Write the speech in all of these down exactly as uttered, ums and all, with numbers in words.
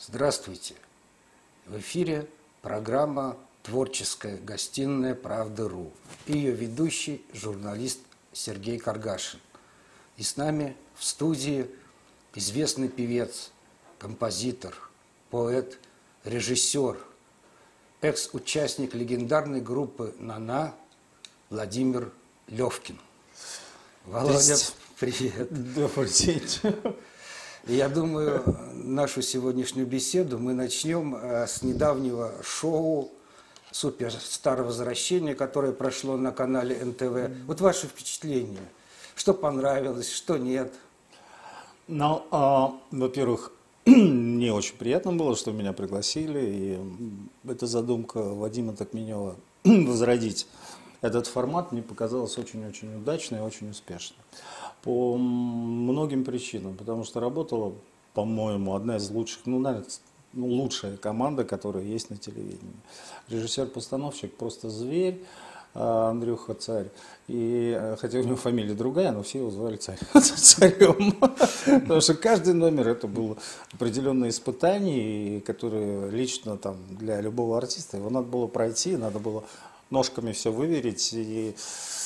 Здравствуйте! В эфире программа «Творческая гостиная Правды.ру» и ее ведущий журналист Сергей Каргашин. И с нами в студии известный певец, композитор, поэт, режиссер, экс-участник легендарной группы «Нана» Владимир Левкин. Володя, привет! Добрый день! И я думаю, нашу сегодняшнюю беседу мы начнем с недавнего шоу «Суперстар Возвращение», которое прошло на канале эн тэ вэ. Вот ваши впечатления. Что понравилось, что нет? Ну, а, во-первых, мне очень приятно было, что меня пригласили. И эта задумка Вадима Токменева возродить этот формат мне показалась очень-очень удачной и очень успешной. По многим причинам, потому что работала, по-моему, одна из лучших, ну, наверное, лучшая команда, которая есть на телевидении. Режиссер-постановщик просто зверь, Андрюха Царь. И хотя у него фамилия другая, но все его звали Царь, Царем. Потому что каждый номер это было определенное испытание, которое лично там для любого артиста его надо было пройти, надо было ножками все выверить. И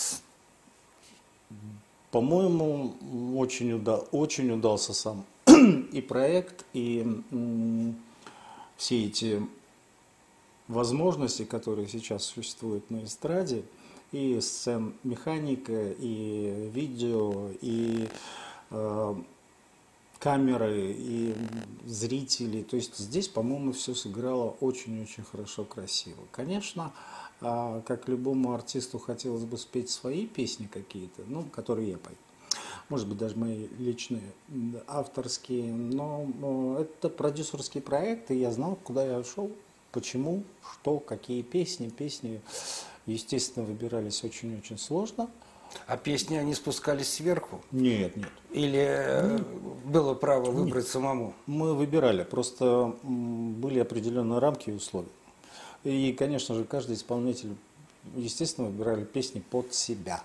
по-моему, очень, уда очень удался сам и проект, и м, все эти возможности, которые сейчас существуют на эстраде, и сцен-механика, и видео, и э, камеры, и зрители. То есть здесь, по-моему, все сыграло очень-очень хорошо, красиво. Конечно, а как любому артисту хотелось бы спеть свои песни какие-то, ну, которые я пою. Может быть, даже мои личные, авторские. Но это продюсерский проект, и я знал, куда я шел, почему, что, какие песни. Песни, естественно, выбирались очень-очень сложно. А песни, они спускались сверху? Нет, нет. Или нет. Было право выбрать нет. самому? Мы выбирали, просто были определенные рамки и условия. И, конечно же, каждый исполнитель, естественно, выбирали песни под себя.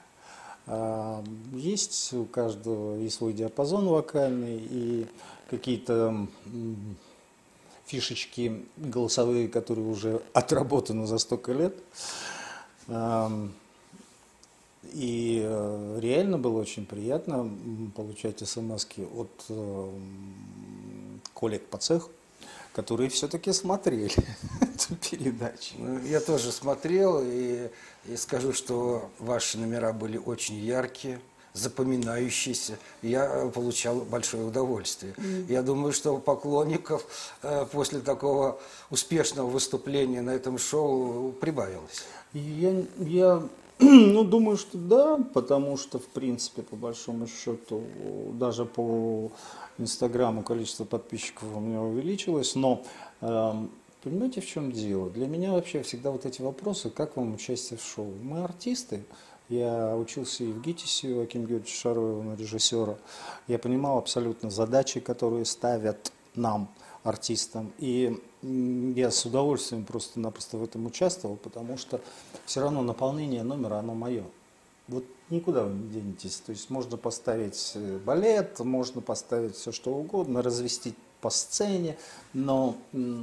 Есть у каждого и свой диапазон вокальный, и какие-то фишечки голосовые, которые уже отработаны за столько лет. И реально было очень приятно получать смс-ки от коллег по цеху, которые все-таки смотрели эту передачу. Я тоже смотрел, и, и скажу, что ваши номера были очень яркие, запоминающиеся. Я получал большое удовольствие. Mm. Я думаю, что поклонников э, после такого успешного выступления на этом шоу прибавилось. Я, я ну, думаю, что да, потому что, в принципе, по большому счету, даже по Инстаграму количество подписчиков у меня увеличилось, но э, понимаете, в чем дело? Для меня вообще всегда вот эти вопросы, как вам участие в шоу? Мы артисты, я учился и в ГИТИСе у Акима Георгиевича Шароева, на режиссера, я понимал абсолютно задачи, которые ставят нам, артистам, и я с удовольствием просто-напросто в этом участвовал, потому что все равно наполнение номера, оно мое. Вот никуда вы не денетесь. То есть можно поставить балет, можно поставить все что угодно, развести по сцене, но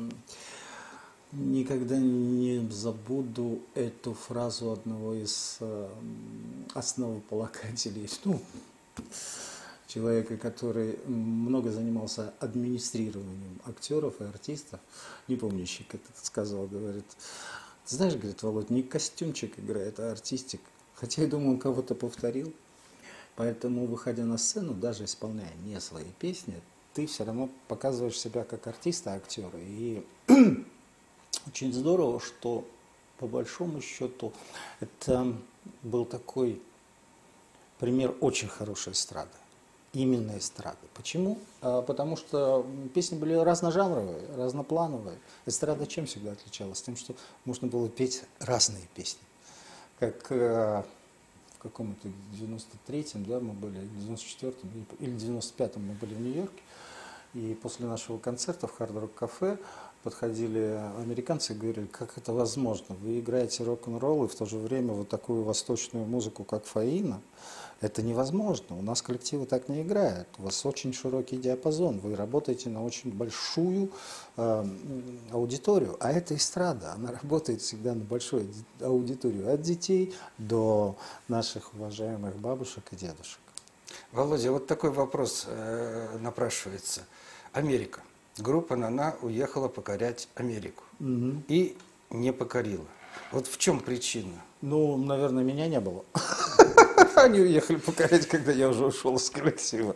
никогда не забуду эту фразу одного из основополагателей, ну, человека, который много занимался администрированием актеров и артистов, не помню, как это сказал, говорит, ты знаешь, говорит, Володь, не костюмчик играет, а артистик. Хотя я думаю, он кого-то повторил. Поэтому, выходя на сцену, даже исполняя не свои песни, ты все равно показываешь себя как артиста, актера. И очень здорово, что по большому счету это был такой пример очень хорошей эстрады. Именно эстрады. Почему? А, потому что песни были разножанровые, разноплановые. Эстрада чем всегда отличалась? Тем, что можно было петь разные песни. Как э, в каком-то девяносто третьем, да, мы были, девяносто четвёртом или девяносто пятом мы были в Нью-Йорке. И после нашего концерта в Хард Рок Кафе подходили американцы и говорили, как это возможно? Вы играете рок-н-ролл и в то же время вот такую восточную музыку, как Фаина. Это невозможно. У нас коллективы так не играют. У вас очень широкий диапазон. Вы работаете на очень большую э, аудиторию. А это эстрада. Она работает всегда на большую аудиторию. От детей до наших уважаемых бабушек и дедушек. Володя, вот такой вопрос э, напрашивается. Америка. Группа «Нана» уехала покорять Америку. Угу. И не покорила. Вот в чем причина? Ну, наверное, меня не было. Они уехали покорять, когда я уже ушел из коллектива.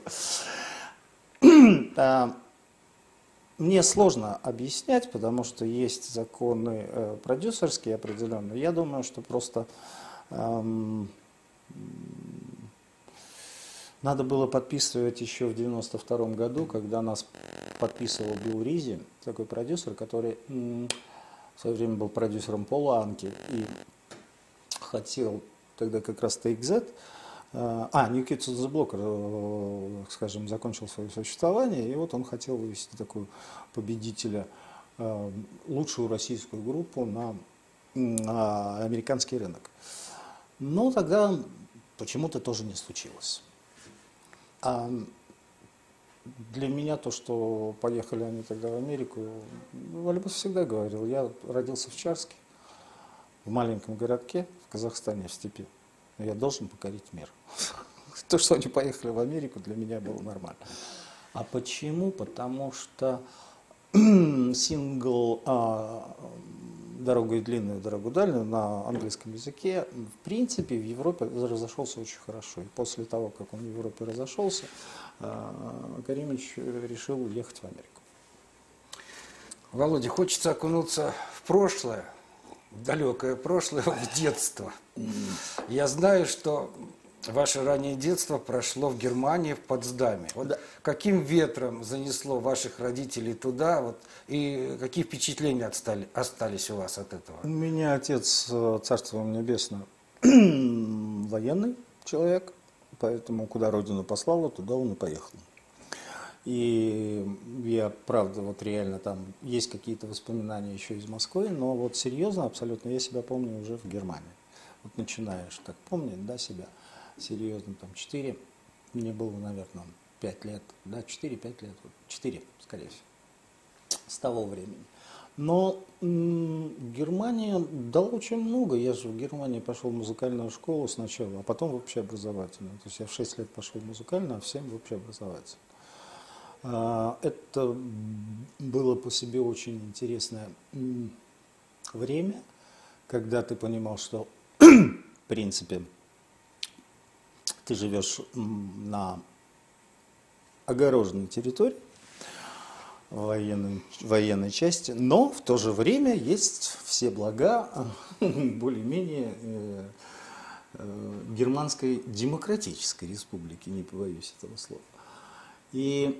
Мне сложно объяснять, потому что есть законы э, продюсерские определенные. Я думаю, что просто эм, надо было подписывать еще в девяносто втором году, когда нас подписывал Билл Ризи, такой продюсер, который м, в свое время был продюсером Пола Анки и хотел тогда как раз Take That. А, New Kids on the Block, скажем, закончил свое существование, и вот он хотел вывести такую победителя, лучшую российскую группу на, на американский рынок. Но тогда почему-то тоже не случилось. А для меня то, что поехали они тогда в Америку, Вальбус всегда говорил, я родился в Чарске, в маленьком городке в Казахстане, в степи. Но я должен покорить мир. То, что они поехали в Америку, для меня было нормально. А почему? Потому что сингл а, «Дорога и длинную, дорогу дальнюю» на английском языке, в принципе, в Европе разошелся очень хорошо. И после того, как он в Европе разошелся, а, Каримыч решил ехать в Америку. Володя, хочется окунуться в прошлое, в далекое прошлое, в детство. Я знаю, что ваше раннее детство прошло в Германии, в Потсдаме. Вот да. Каким ветром занесло ваших родителей туда, вот, и какие впечатления отстали, остались у вас от этого? У меня отец, царство ему небесное, военный человек, поэтому куда родину послала, туда он и поехал. И я, правда, вот реально там есть какие-то воспоминания еще из Москвы, но вот серьезно, абсолютно, я себя помню уже в Германии. Вот начинаешь так помнить, да, себя серьезно, там, четыре, мне было, наверное, пять лет, да, четыре-пять лет, четыре, скорее всего, с того времени. Но м- Германия дала очень много. Я же в Германии пошел в музыкальную школу сначала, а потом в общеобразовательную. То есть я в шесть лет пошел в музыкальную, а в семь в общеобразовательную. Это было по себе очень интересное время, когда ты понимал, что, в принципе, ты живешь на огороженной территории, военной, военной части, но в то же время есть все блага более-менее э, э, Германской демократической республики, не побоюсь этого слова. И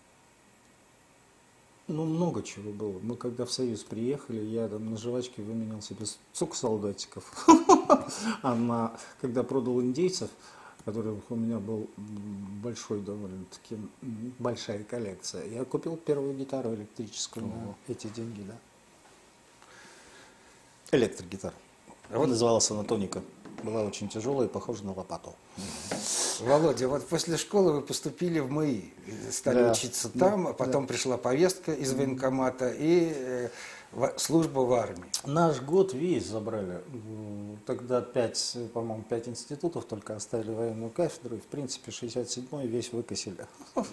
ну, много чего было. Мы когда в Союз приехали, я там на жвачке выменял себе цук-солдатиков. А на, когда продал индейцев, которых у меня был большой довольно-таки, большая коллекция, я купил первую гитару электрическую на эти деньги, да. Электрогитара. Вот. Называлась она «Тоника». Была очень тяжелая и похожа на лопату. Володя, вот после школы вы поступили в МАИ, стали да, учиться там, да, а потом да. пришла повестка из военкомата и э, в, служба в армии. Наш год весь забрали. Тогда пять, по-моему, пять институтов только оставили военную кафедру, и в принципе шестьдесят седьмой весь выкосили.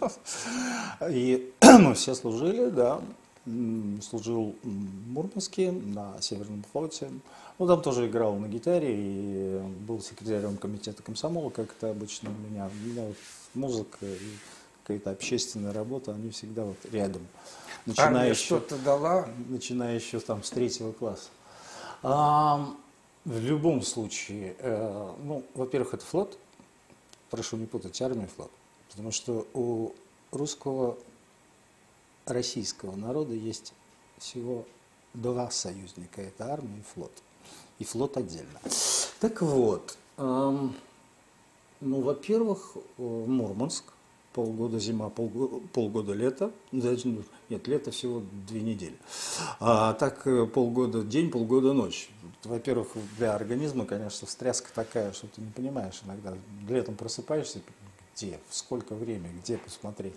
И мы все служили, да. Служил в Мурманске, на Северном флоте. Ну, там тоже играл на гитаре и был секретарем комитета комсомола, как это обычно у меня. У меня вот музыка и какая-то общественная работа, они всегда вот рядом. Начиная еще, что-то дала? Начиная еще там с третьего класса. А, в любом случае, э, ну, во-первых, это флот. Прошу не путать армию и флот. Потому что у русского российского народа есть всего два союзника. Это армия и флот. И флот отдельно. Так вот, эм, ну, во-первых, Мурманск. полгода зима, полгода, полгода лето. Даже, нет, лето всего две недели. А так полгода день, полгода ночь. Во-первых, для организма, конечно, встряска такая, что ты не понимаешь иногда. Летом просыпаешься, где, сколько времени, где посмотреть.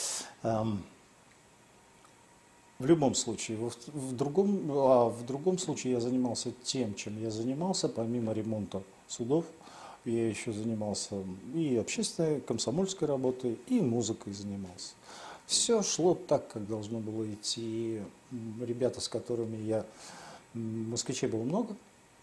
В любом случае, в, в, другом, а в другом случае я занимался тем, чем я занимался, помимо ремонта судов. Я еще занимался и общественной, комсомольской работой, и музыкой занимался. Все шло так, как должно было идти. Ребята, с которыми я... Москвичей было много.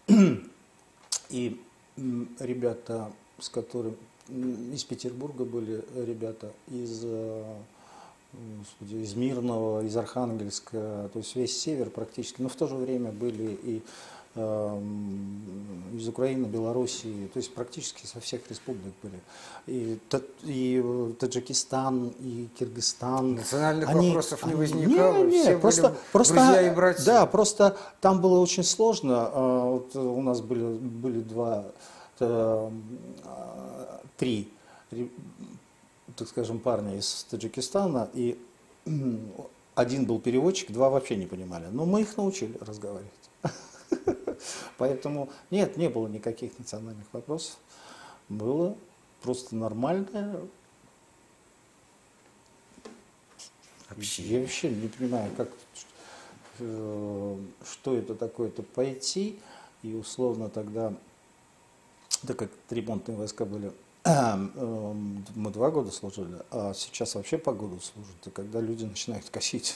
И ребята, с которыми... Из Петербурга были ребята, из... Господи, из Мирного, из Архангельска, то есть весь север практически, но в то же время были и э, из Украины, Белоруссии, то есть практически со всех республик были. И, и Таджикистан, и Киргизстан. Национальных они, вопросов они, не возникало, не, не, все просто, были просто, друзья и братья. Да, просто там было очень сложно. Вот у нас были, были два, три, так скажем, парня из Таджикистана, и один был переводчик, два вообще не понимали. Но мы их научили разговаривать. Поэтому нет, не было никаких национальных вопросов. Было просто нормальное общение. Я вообще не понимаю, как, что это такое-то пойти, и условно тогда, так как ремонтные войска были, мы два года служили, а сейчас вообще по году служат. И когда люди начинают косить,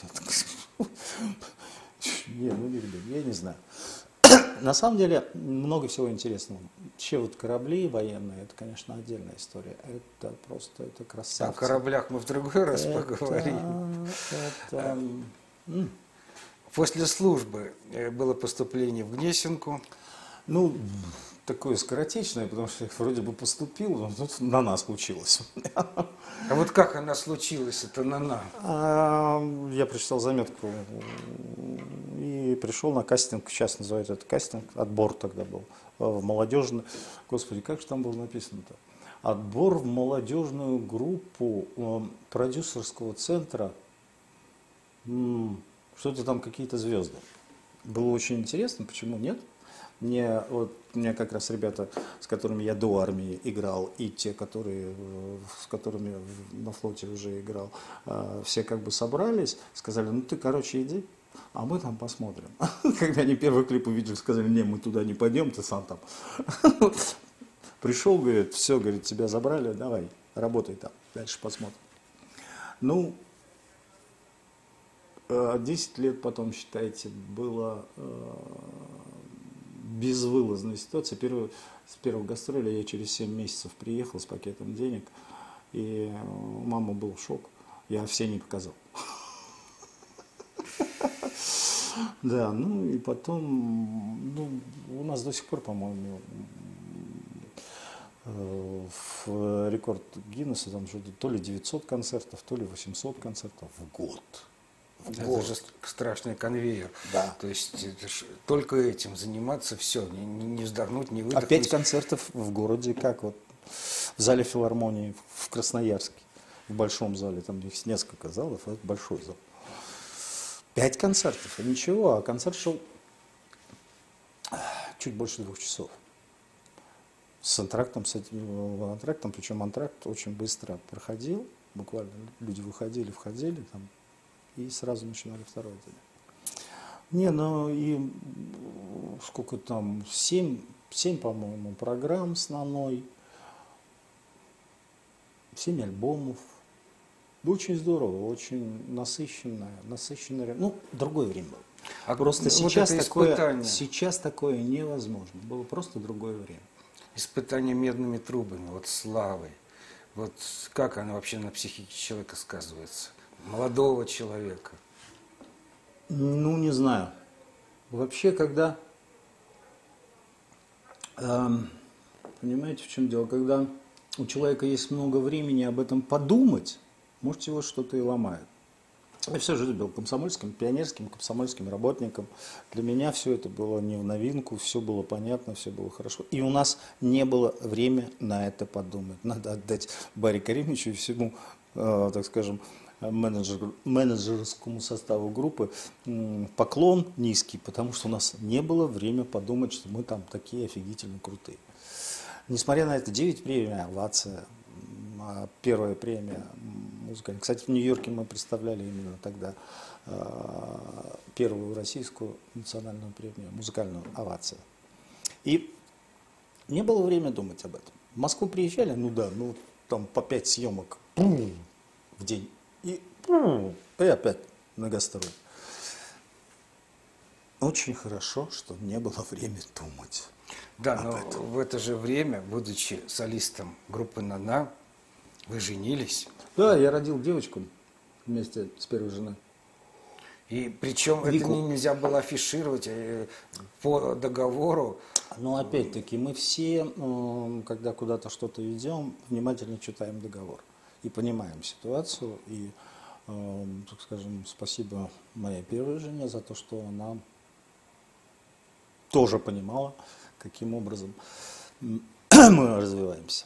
не, ну не ребят, я не знаю. На самом деле много всего интересного. Вообще вот корабли военные, это, конечно, отдельная история. Это просто, это красавцы. О кораблях мы в другой раз поговорим. Это... После службы было поступление в Гнесинку. Ну, такое скоротечное, потому что я вроде бы поступил, но тут на нас случилось. А вот как она случилась, это на-на? Я прочитал заметку и пришел на кастинг, сейчас называют это кастинг, отбор тогда был, в молодежную, господи, как же там было написано-то? Отбор в молодежную группу продюсерского центра, что-то там какие-то звезды. Было очень интересно, почему нет? Мне, вот, мне как раз ребята, с которыми я до армии играл, и те, которые, с которыми на флоте уже играл, все как бы собрались, сказали, ну ты, короче, иди, а мы там посмотрим. Когда они первый клип увидели, сказали, не, мы туда не пойдем, ты сам там. Пришел, говорит, все, говорит, тебя забрали, давай, работай там, дальше посмотрим. Ну, десять лет потом, считайте, было... безвылазная ситуация. Первый, с первого гастроля я через семь месяцев приехал с пакетом денег, и у мамы был шок. Я все не показал. Да, ну и потом, ну, у нас до сих пор, по-моему, в рекорд Гиннесса там что-то то ли девятьсот концертов, то ли восемьсот концертов в год. Это же страшный конвейер. Да. То есть это ж, только этим заниматься, все, не, не вздохнуть, не выдохнуть. А пять концертов в городе, как вот в зале филармонии в Красноярске, в большом зале, там их несколько залов, а это большой зал. Пять концертов, и ничего, а концерт шел чуть больше двух часов. С антрактом, с этим антрактом, причем антракт очень быстро проходил, буквально люди выходили, входили там, и сразу начинали второй день. Не, ну и сколько там, семь, семь, по-моему, программ основной, семь альбомов. Очень здорово, очень насыщенное, насыщенное. Ну, другое время было. А просто вот сейчас, такое, испытание. сейчас такое невозможно. Было просто другое время. Испытание медными трубами, вот славой. Вот как оно вообще на психике человека сказывается? Молодого человека. Ну, не знаю. Вообще, когда... Эм, понимаете, в чем дело? Когда у человека есть много времени об этом подумать, может, его что-то и ломает. Я всю жизнь был комсомольским, пионерским, комсомольским работником. Для меня все это было не в новинку, все было понятно, все было хорошо. И у нас не было времени на это подумать. Надо отдать Барри Каримовичу и всему э, так скажем, менеджер, менеджерскому составу группы поклон низкий, потому что у нас не было времени подумать, что мы там такие офигительно крутые. Несмотря на это, девять премий, овация, первая премия музыкальная. Кстати, в Нью-Йорке мы представляли именно тогда первую российскую национальную премию, музыкальную овацию. И не было времени думать об этом. В Москву приезжали, ну да, ну там по пять съемок в день. И, и опять на гастроли. Очень хорошо, что не было времени думать. Да, но этом. В это же время, будучи солистом группы «На-на», вы женились. Да, я родил девочку вместе с первой женой. И причем Вику. Это нельзя было афишировать по договору. Но опять-таки мы все, когда куда-то что-то ведем, внимательно читаем договор и понимаем ситуацию. И, так скажем, спасибо моей первой жене за то, что она тоже понимала, каким образом мы развиваемся.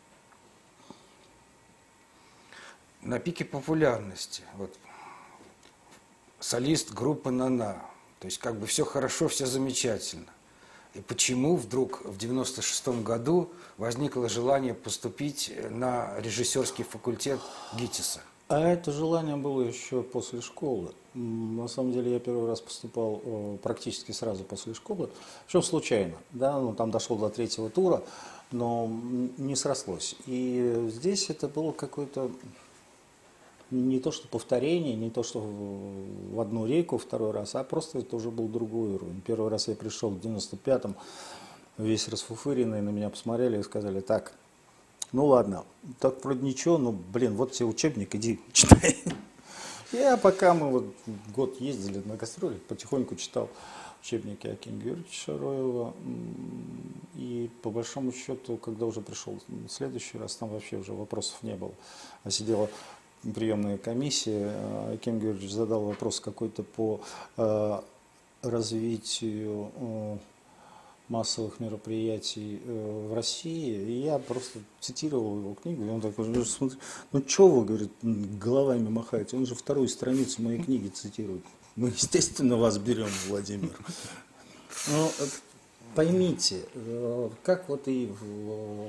На пике популярности, вот, солист группы «На-на», то есть как бы все хорошо, все замечательно. И почему вдруг в девяносто шестом году возникло желание поступить на режиссерский факультет ГИТИСа? А это желание было еще после школы. На самом деле я первый раз поступал практически сразу после школы. Причем случайно. Да? Ну, там дошел до третьего тура, но не срослось. И здесь это было какое-то не то что повторение, не то что в одну рейку второй раз, а просто это уже был другой уровень. Первый раз я пришел в девяносто пятом, весь расфуфыренный, на меня посмотрели и сказали: так, ну ладно, так вроде ничего, но, блин, вот тебе учебник, иди читай. Я пока мы вот год ездили на гастроли, потихоньку читал учебники Акима Георгиевича Шароева. И по большому счету, когда уже пришел в следующий раз, там вообще уже вопросов не было. А сидела приемная комиссия, Аким Георгиевич задал вопрос какой-то по э, развитию э, массовых мероприятий э, в России, и я просто цитировал его книгу, и он такой: ну, смотри, ну что вы, говорит, головами махаете, он же вторую страницу моей книги цитирует. Мы, естественно, вас берем, Владимир. Но поймите, э, как вот и в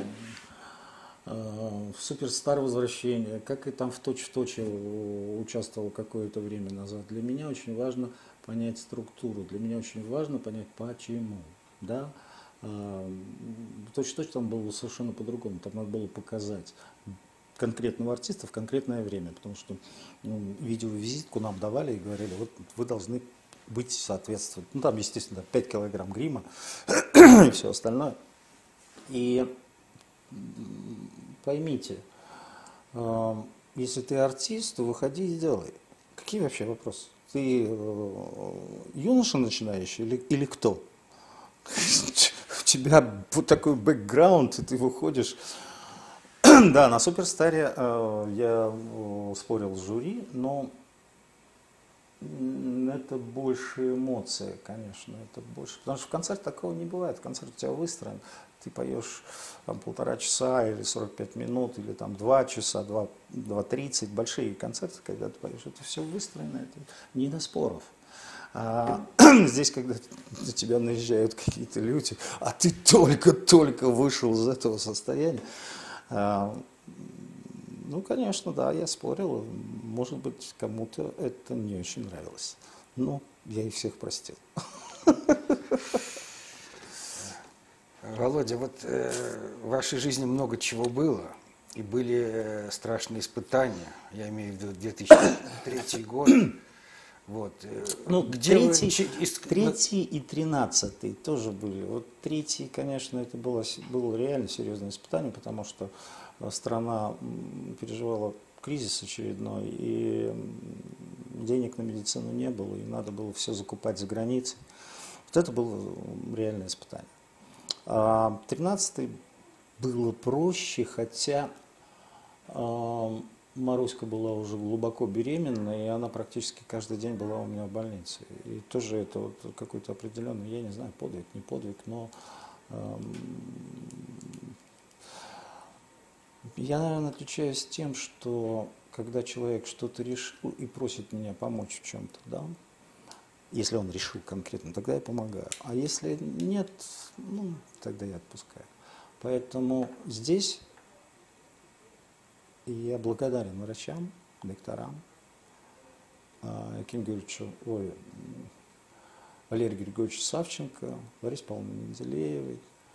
в «Суперстар» возвращение, как и там в точь-в-точь участвовал какое-то время назад. Для меня очень важно понять структуру, для меня очень важно понять, почему. Да? Точь-в-точь там было совершенно по-другому, там надо было показать конкретного артиста в конкретное время, потому что ну, видеовизитку нам давали и говорили: вот вы должны быть соответствовать. Ну там, естественно, пять килограмм грима и все остальное. И поймите, если ты артист, то выходи и делай. Какие вообще вопросы? Ты юноша начинающий или, или кто? У тебя вот такой бэкграунд, и ты выходишь. Да, на «Суперстаре» я спорил с жюри, но это больше эмоции, конечно, это больше. Потому что в концерте такого не бывает. Концерт у тебя выстроен. Ты поешь там полтора часа или сорок пять минут, или там два часа, два тридцать. Большие концерты, когда ты поешь, это все выстроено, это не до споров. А здесь, когда на тебя наезжают какие-то люди, а ты только-только вышел из этого состояния. А, ну, конечно, да, я спорил. Может быть, кому-то это не очень нравилось. Но я их всех простил. Володя, вот э, в вашей жизни много чего было, и были э, страшные испытания, я имею в виду две тысячи третий год. Вот, э, ну, где третий, вы... третий и тринадцатый тоже были. Вот третий, конечно, это было, было реально серьезное испытание, потому что страна переживала кризис очередной, и денег на медицину не было, и надо было все закупать за границей. Вот это было реальное испытание. А тринадцатый было проще, хотя э, Маруська была уже глубоко беременна, и она практически каждый день была у меня в больнице. И тоже это вот какой-то определенный, я не знаю, подвиг, не подвиг, но э, Я, наверное, отличаюсь тем, что когда человек что-то решил и просит меня помочь в чем-то, да, если он решил конкретно, тогда я помогаю. А если нет, ну, тогда я отпускаю. Поэтому здесь я благодарен врачам, докторам, Якиму Георгиевичу, ой, Валерию Григорьевичу Савченко, Ларисе Павловне Менделеевой.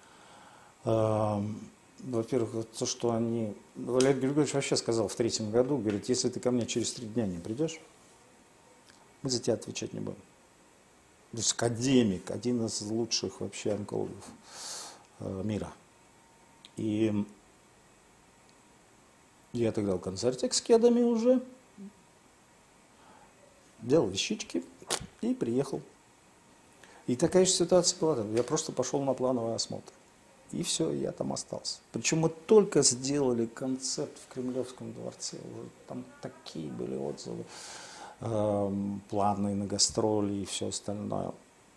Во-первых, вот то, что они... Валерий Григорьевич вообще сказал в третьем году, говорит, если ты ко мне через три дня не придешь, мы за тебя отвечать не будем. То есть академик, один из лучших вообще онкологов э, мира. И я тогда в концерте с кедами уже взял вещички и приехал. И такая же ситуация была. Я просто пошел на плановый осмотр. И все, я там остался. Причем мы только сделали концерт в Кремлевском дворце. Уже там такие были отзывы. Планы на гастроли и все остальное.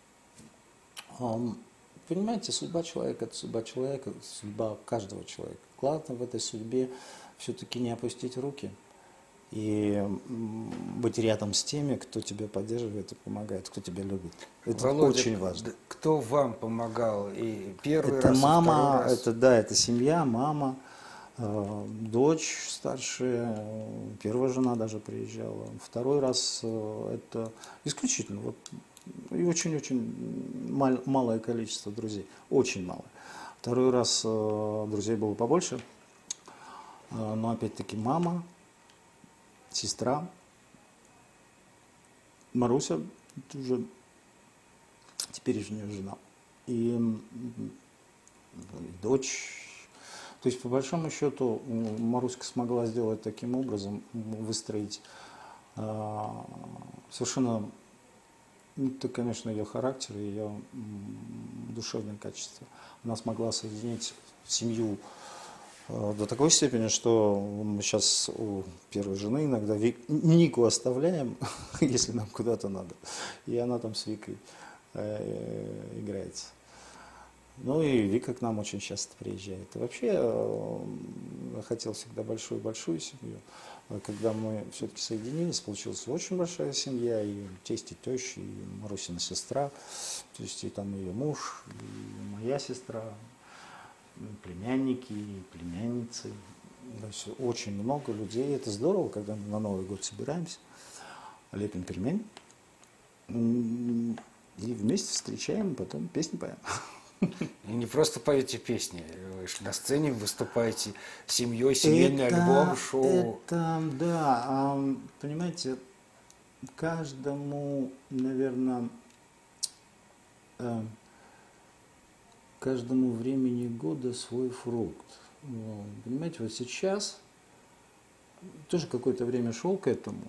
Понимаете, судьба человека – это судьба человека, судьба каждого человека. Главное в этой судьбе все-таки не опустить руки и быть рядом с теми, кто тебя поддерживает и помогает, кто тебя любит. Это Володя, очень важно. Кто вам помогал? И первый это раз, мама, и второй раз? это да, это семья, мама. Дочь старшая, первая жена даже приезжала. Второй раз это исключительно. Вот, и очень-очень мал, малое количество друзей. Очень мало. Второй раз друзей было побольше. Но опять-таки мама, сестра, Маруся, это уже теперешняя жена. И дочь. То есть, по большому счету, Маруська смогла сделать таким образом, выстроить э, совершенно, ну, это, конечно, ее характер, ее душевное качество. Она смогла соединить семью э, до такой степени, что мы сейчас у первой жены иногда Вик, Нику оставляем, если нам куда-то надо, и она там с Викой э, играется. Ну и Вика к нам очень часто приезжает. И вообще я хотел всегда большую-большую семью. Когда мы все-таки соединились, получилась очень большая семья, и тесть, и теща, и Марусина сестра, то есть и там ее муж, и моя сестра, и племянники, и племянницы. То есть очень много людей. Это здорово, когда мы на Новый год собираемся, лепим пельмень, и вместе встречаем, потом песни поем. И не просто поете песни, вы на сцене выступаете семьей, семейный это, альбом, шоу. Это, да, понимаете, каждому, наверное, каждому времени года свой фрукт. Понимаете, вот сейчас, тоже какое-то время шел к этому.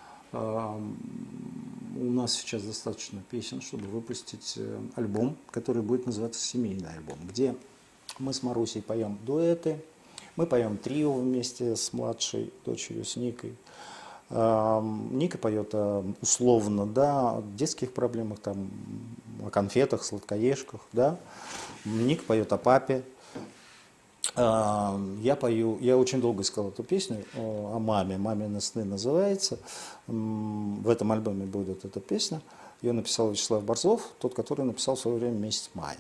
У нас сейчас достаточно песен, чтобы выпустить альбом, который будет называться «Семейный альбом», где мы с Марусей поем дуэты, мы поем трио вместе с младшей дочерью, с Никой. Ника поет условно, да, о детских проблемах, там, о конфетах, сладкоежках, да. Ника поет о папе. Я пою, я очень долго искал эту песню о маме, «Мамины сны» называется. В этом альбоме будет эта песня. Ее написал Вячеслав Борзов, тот, который написал в свое время «Месяц мая».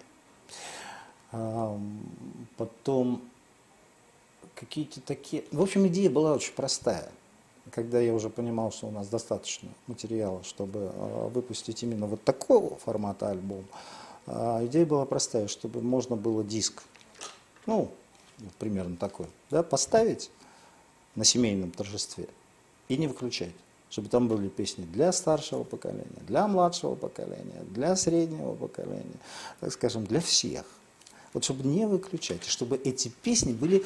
Потом какие-то такие... В общем, идея была очень простая. Когда я уже понимал, что у нас достаточно материала, чтобы выпустить именно вот такого формата альбом, идея была простая, чтобы можно было диск, ну, примерно такой, да, поставить на семейном торжестве и не выключать, чтобы там были песни для старшего поколения, для младшего поколения, для среднего поколения, так скажем, для всех. Вот чтобы не выключать, чтобы эти песни были,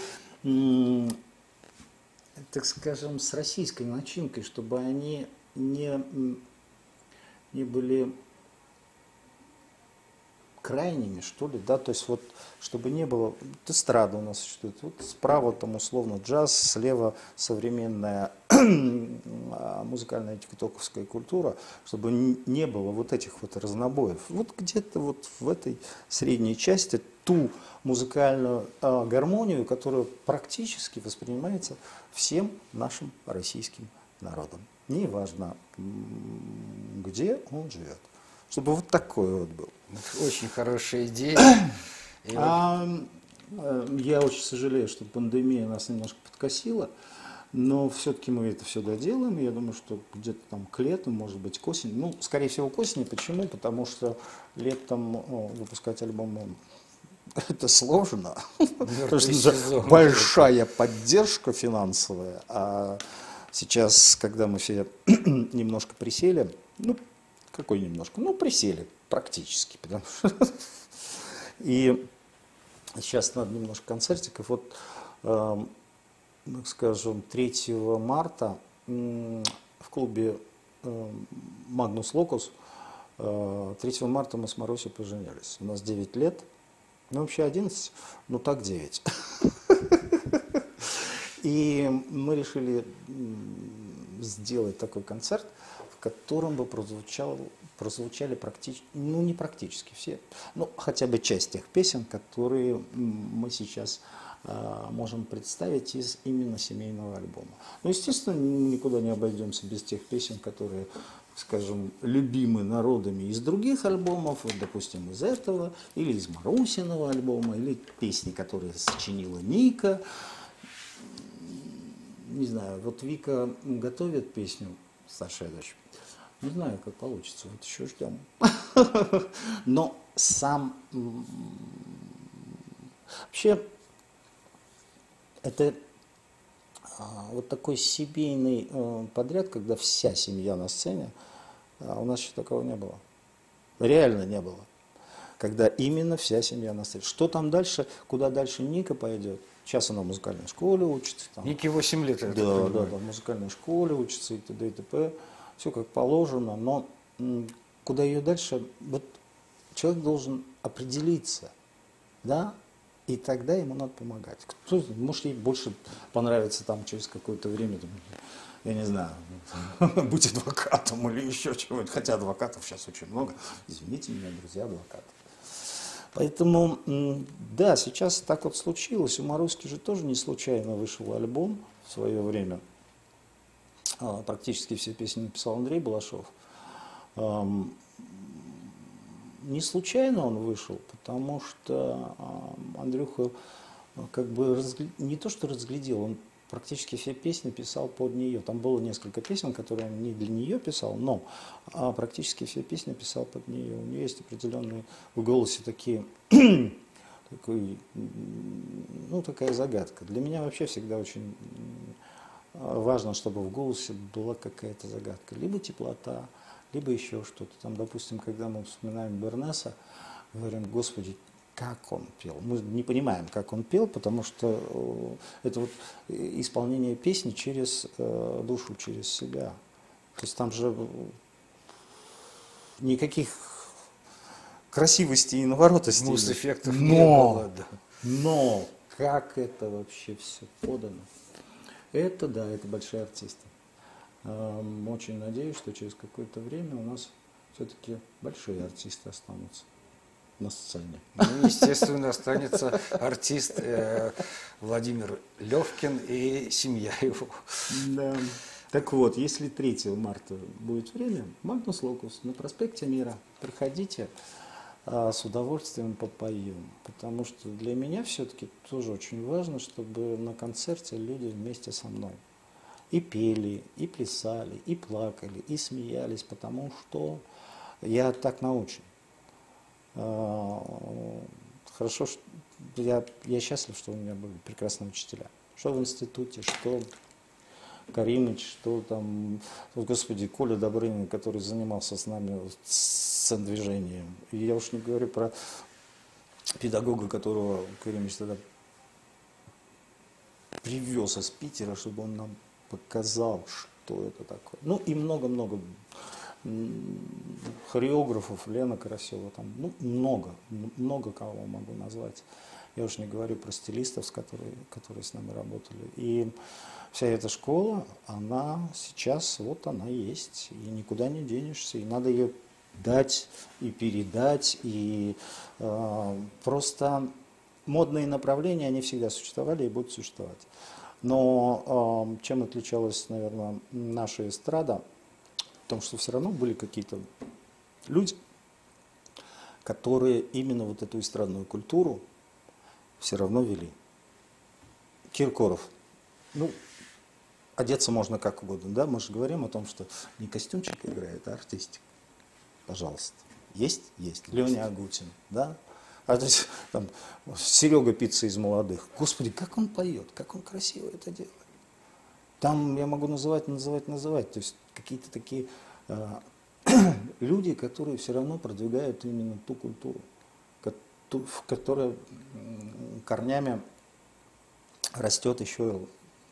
так скажем, с российской начинкой, чтобы они не, не были крайними, что ли, да, то есть вот, чтобы не было, вот эстрада у нас существует, вот справа там условно джаз, слева современная музыкальная тиктоковская культура, чтобы не было вот этих вот разнобоев. Вот где-то вот в этой средней части ту музыкальную э, гармонию, которая практически воспринимается всем нашим российским народом. Неважно, где он живет. Чтобы вот такой вот был. Очень хорошая идея. И А, я очень сожалею, что пандемия нас немножко подкосила, но все-таки мы это все доделаем. Я думаю, что где-то там к лету, может быть, к осени. Ну, скорее всего, к осени. Почему? Потому что летом о, выпускать альбомы это сложно. Потому что большая поддержка финансовая. А сейчас, когда мы все немножко присели, ну, какой немножко? Ну, присели практически. Потому что и сейчас надо немножко концертиков. Вот, э, скажем, третьего марта э, в клубе э, Magnus Locus, э, третьего марта мы с Марусей поженились. У нас девять лет, ну вообще одиннадцать, но так девять. И мы решили сделать такой концерт, в котором бы прозвучал, прозвучали практически, ну не практически все, ну хотя бы часть тех песен, которые мы сейчас э, можем представить из именно семейного альбома. Ну, естественно, никуда не обойдемся без тех песен, которые, скажем, любимы народами из других альбомов, вот, допустим, из этого, или из Марусиного альбома, или песни, которые сочинила Ника. Не знаю, вот Вика готовит песню, старшая дочь. Не знаю, как получится, вот еще ждем. Но сам... Вообще, это вот такой семейный подряд, когда вся семья на сцене, у нас еще такого не было. Реально не было. Когда именно вся семья на сцене. Что там дальше, куда дальше Ника пойдет? Сейчас она в музыкальной школе учится. Там. Нике восемь лет, я Да, да, да, в музыкальной школе учится и т.д. и т.п. Все как положено, но куда ее дальше, вот человек должен определиться, да, и тогда ему надо помогать. Кто, может, ей больше понравится там через какое-то время, там, я не знаю, быть адвокатом или еще чего-нибудь, хотя адвокатов сейчас очень много, извините меня, друзья, адвокаты. Поэтому, да, сейчас так вот случилось. У Маруськи же тоже не случайно вышел альбом в свое время. Практически все песни написал Андрей Балашов. Не случайно он вышел, потому что Андрюха как бы разгля... не то что разглядел, он практически все песни писал под нее. Там было несколько песен, которые он не для нее писал, но а практически все песни писал под нее. У нее есть определенные в голосе такие, такой, ну, такая загадка. Для меня вообще всегда очень важно, чтобы в голосе была какая-то загадка. Либо теплота, либо еще что-то. Там, допустим, когда мы вспоминаем Бернеса, говорим, Господи, как он пел. Мы не понимаем, как он пел, потому что это вот исполнение песни через душу, через себя. То есть там же никаких красивостей и наворотостей. Мус-эффектов но, не было, да. Но как это вообще все подано? Это, да, это большие артисты. Очень надеюсь, что через какое-то время у нас все-таки большие артисты останутся на сцене. Ну, естественно, останется артист э, Владимир Левкин и семья его. Да. Так вот, если третьего марта будет время, Magnus Locus на проспекте Мира. Приходите, а, с удовольствием попоем. Потому что для меня все-таки тоже очень важно, чтобы на концерте люди вместе со мной и пели, и плясали, и плакали, и смеялись, потому что я так научен. Хорошо, что я, я счастлив, что у меня были прекрасные учителя. Что в институте, что Каримыч, что там, господи, Коля Добрынин, который занимался с нами сцен-движением. И я уж не говорю про педагога, которого Каримыч тогда привез из Питера, чтобы он нам показал, что это такое. Ну и много-много хореографов, Лена Карасева, там, ну, много, много кого могу назвать. Я уж не говорю про стилистов, с которые, которые с нами работали. И вся эта школа, она сейчас, вот она есть, и никуда не денешься, и надо ее дать и передать, и э, просто модные направления, они всегда существовали и будут существовать. Но э, чем отличалась, наверное, наша эстрада, в том, что все равно были какие-то люди, которые именно вот эту эстрадную культуру все равно вели. Киркоров. Ну, одеться можно как угодно, да? Мы же говорим о том, что не костюмчик играет, а артистик. Пожалуйста. Есть? Есть. Леня Агутин, да? А то есть, там, Серега Пицца из молодых. Господи, как он поет, как он красиво это делает. Там я могу называть, называть, называть. То есть какие-то такие э, люди, которые все равно продвигают именно ту культуру, в которой корнями растет еще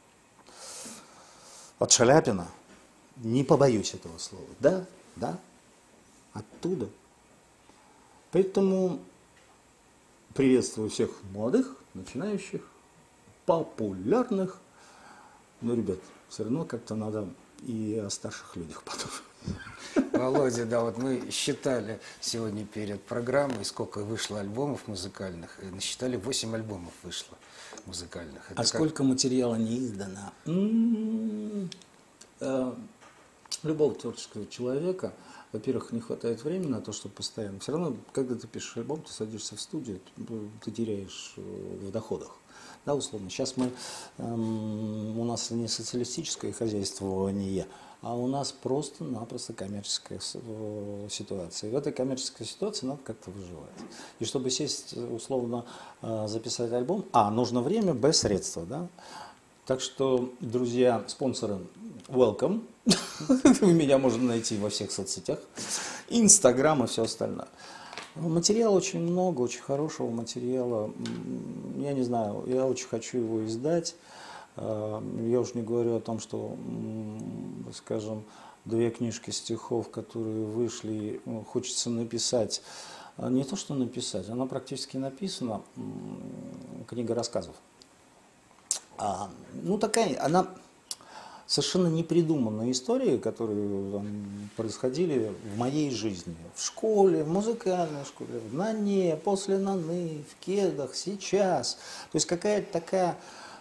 от Шаляпина. Не побоюсь этого слова. Да, да, оттуда. Поэтому приветствую всех молодых, начинающих, популярных. Но, ребят, все равно как-то надо и о старших людях потом. Володя, да, вот мы считали сегодня перед программой, сколько вышло альбомов музыкальных. И насчитали восемь альбомов вышло музыкальных. Это а как... сколько материала не издано? М-м-м. Любого творческого человека, во-первых, не хватает времени на то, чтобы постоянно. Все равно, когда ты пишешь альбом, ты садишься в студию, ты теряешь в доходах. Да, условно. Сейчас мы, эм, у нас не социалистическое хозяйствование, а у нас просто-напросто коммерческая ситуация. И в этой коммерческой ситуации надо как-то выживать. И чтобы сесть, условно, записать альбом, а, нужно время без средства, да. Так что, друзья, спонсоры, welcome. Вы меня можно найти во всех соцсетях, Инстаграм и все остальное. Материала очень много, очень хорошего материала. Я не знаю, я очень хочу его издать. Я уж не говорю о том, что, скажем, две книжки стихов, которые вышли, хочется написать. Не то, что написать, она практически написана, книга рассказов. А, ну, такая, она совершенно непридуманные истории, которые там, происходили в моей жизни. В школе, в музыкальной школе, в НАНЕ, после НАНы, в Кедах, сейчас. То есть какая-то такая...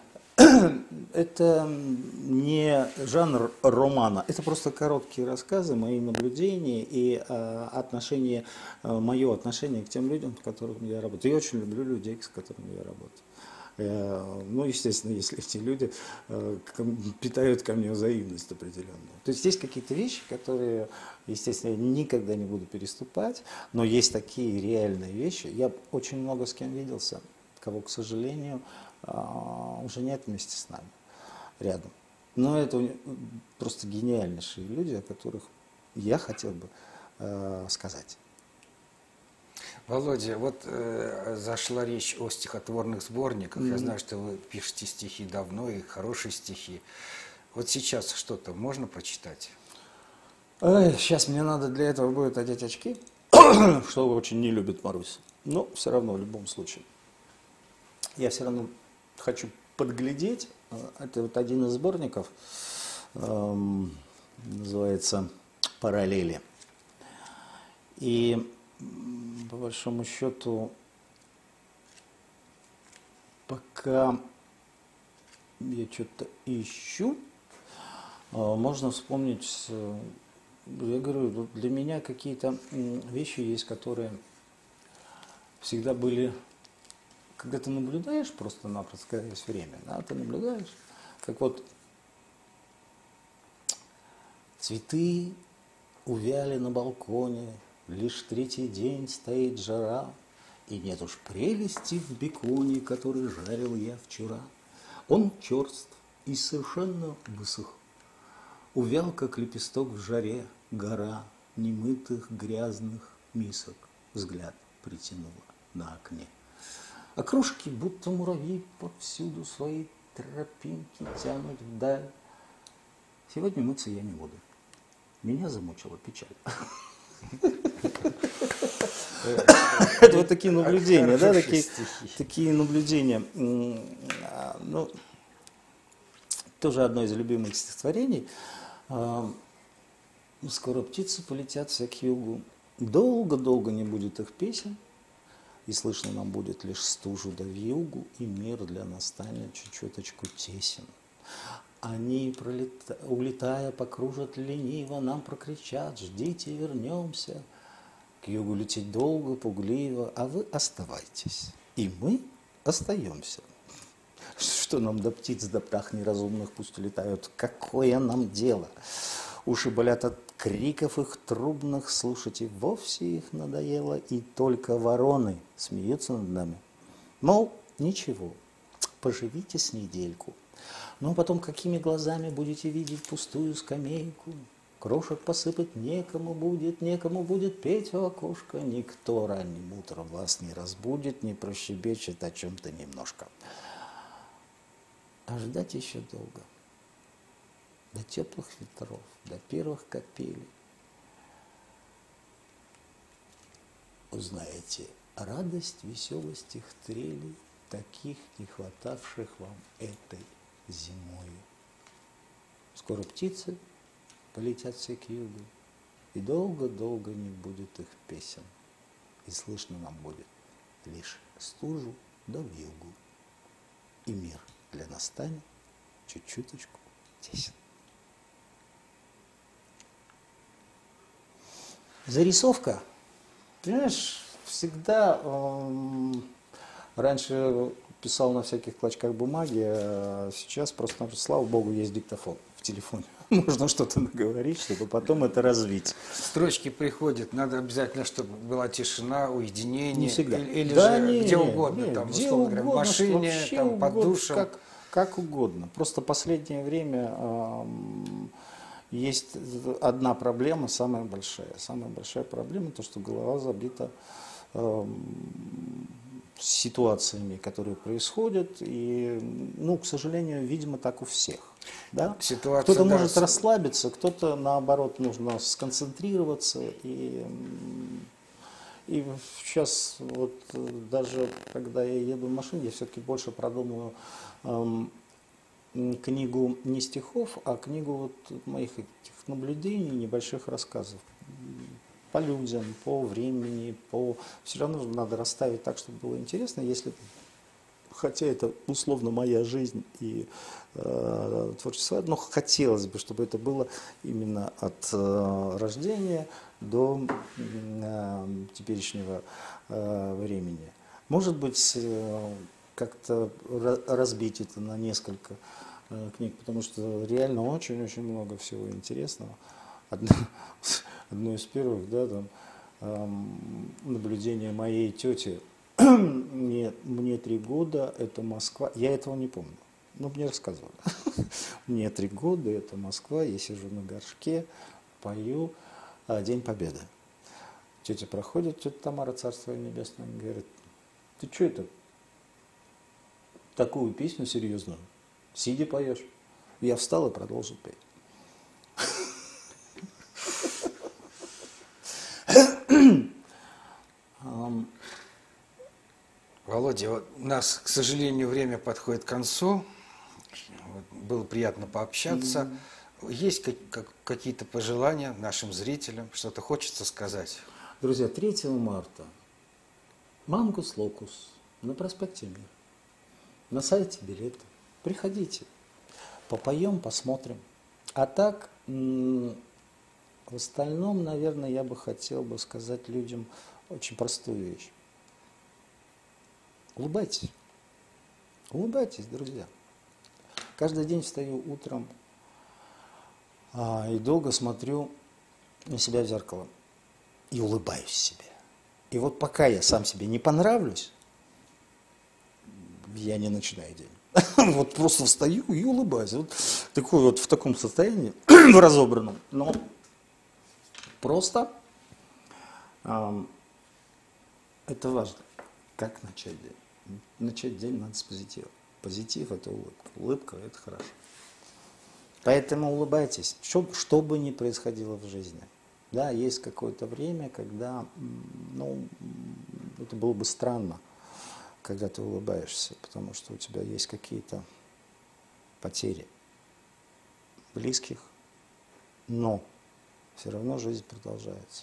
Это не жанр романа, это просто короткие рассказы, мои наблюдения и э, отношение, э, мое отношение к тем людям, с которыми я работаю. Я очень люблю людей, с которыми я работаю. Ну, естественно, если эти люди питают ко мне взаимность определенную. То есть есть какие-то вещи, которые, естественно, я никогда не буду переступать, но есть такие реальные вещи. Я очень много с кем виделся, кого, к сожалению, уже нет вместе с нами рядом. Но это просто гениальнейшие люди, о которых я хотел бы сказать. Володя, вот э, зашла речь о стихотворных сборниках. Mm-hmm. Я знаю, что вы пишете стихи давно, и хорошие стихи. Вот сейчас что-то можно прочитать? Ой, сейчас мне надо для этого будет одеть очки, что очень не любит Маруся. Но все равно, в любом случае. Я все равно хочу подглядеть. Это вот один из сборников, эм, называется «Параллели». И по большому счету, пока я что-то ищу, можно вспомнить, я говорю, для меня какие-то вещи есть, которые всегда были, когда ты наблюдаешь просто-напросто, когда есть время, да, ты наблюдаешь, как вот цветы увяли на балконе, лишь третий день стоит жара, и нет уж прелести в беконе, который жарил я вчера. Он черств и совершенно высох, увял, как лепесток в жаре, гора немытых грязных мисок взгляд притянула на окне. А кружки, будто муравьи, повсюду свои тропинки тянут вдаль. Сегодня мыться я не буду. Меня замучила печаль. вот такие наблюдения, да, такие, стихи. такие наблюдения. Ну, тоже одно из любимых стихотворений. Скоро птицы полетят все к югу, долго-долго не будет их песен, и слышно нам будет лишь стужу да вьюгу, и мир для нас станет чуть-чуточку тесен. Они, пролета... улетая, покружат лениво, нам прокричат: ждите, вернемся. К югу лететь долго, пугливо, а вы оставайтесь, и мы остаемся. Что нам до птиц, до птах неразумных, пусть улетают, какое нам дело? Уши болят от криков их трубных, слушать и вовсе их надоело, и только вороны смеются над нами. Мол, ничего, поживите с недельку, но потом какими глазами будете видеть пустую скамейку? Крошек посыпать некому будет, некому будет петь у окошка, никто ранним утром вас не разбудит, не прощебечет о чем-то немножко. А ждать еще долго. До теплых ветров, до первых капелей. Узнаете радость, веселость их трелей, таких не хватавших вам этой зимою. Скоро птицы полетят все к югу, и долго-долго не будет их песен, и слышно нам будет лишь стужу да вьюгу, и мир для нас станет чуть-чуточку тесен. Зарисовка, понимаешь, всегда э, раньше писал на всяких клочках бумаги, а сейчас просто, слава богу, есть диктофон в телефоне. Можно что-то наговорить, чтобы потом это развить. Строчки приходят, надо обязательно, чтобы была тишина, уединение. Не всегда. Или, или да, же не, где не, угодно, не, там, где условно угодно, говоря, в машине, там, угодно, под душем. Как, как угодно. Просто последнее время эм, есть одна проблема, самая большая. Самая большая проблема, то, что голова забита эм, ситуациями, которые происходят. И, ну, к сожалению, видимо, так у всех. Да? Ситуация, Кто-то да, может с... расслабиться, кто-то, наоборот, нужно сконцентрироваться. И, и сейчас, вот, даже когда я еду в машине, я все-таки больше продумываю эм, книгу не стихов, а книгу вот моих этих наблюдений, небольших рассказов. По людям, по времени, по... Все равно надо расставить так, чтобы было интересно. Если... Хотя это условно моя жизнь и э, творчество, но хотелось бы, чтобы это было именно от э, рождения до э, теперешнего э, времени. Может быть, э, как-то разбить это на несколько э, книг, потому что реально очень-очень много всего интересного. Одно, одно из первых, да, там, э, наблюдение моей тети. Мне, мне три года, это Москва. Я этого не помню, но мне рассказывали. Мне три года, это Москва, я сижу на горшке, пою а, День Победы. Тетя проходит, тетя Тамара, царство небесное, говорит: ты что это, такую песню серьезную, сидя поешь? Я встал и продолжил петь. Володя, вот у нас, к сожалению, время подходит к концу. Вот, было приятно пообщаться. Mm-hmm. Есть как, как, какие-то пожелания нашим зрителям? Что-то хочется сказать? Друзья, третьего марта Мангус Локус на проспекте Мир. На сайте билеты. Приходите. Попоем, посмотрим. А так, в остальном, наверное, я бы хотел бы сказать людям очень простую вещь. Улыбайтесь. Улыбайтесь, друзья. Каждый день встаю утром а, и долго смотрю на себя в зеркало и улыбаюсь себе. И вот пока я сам себе не понравлюсь, я не начинаю день. Вот просто встаю и улыбаюсь. Вот такой вот в таком состоянии, в разобранном. Но просто а, это важно. Как начать день? Начать день надо с позитива. Позитив – это улыбка. Улыбка – это хорошо. Поэтому улыбайтесь, что, что бы ни происходило в жизни. Да, есть какое-то время, когда ну, Это было бы странно, когда ты улыбаешься, потому что у тебя есть какие-то потери близких, но все равно жизнь продолжается.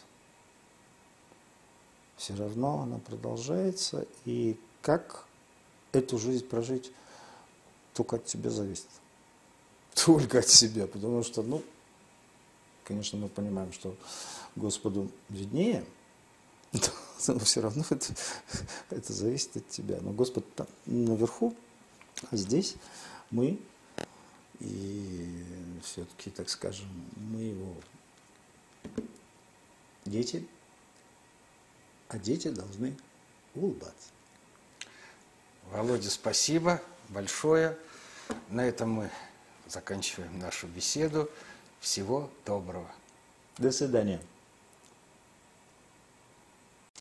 Все равно она продолжается, и как эту жизнь прожить, только от тебя зависит. Только от себя, потому что, ну, конечно, мы понимаем, что Господу виднее, но все равно это, это зависит от тебя. Но Господь там наверху, а здесь мы, и все-таки, так скажем, мы его дети, а дети должны улыбаться. Володя, спасибо большое. На этом мы заканчиваем нашу беседу. Всего доброго. До свидания.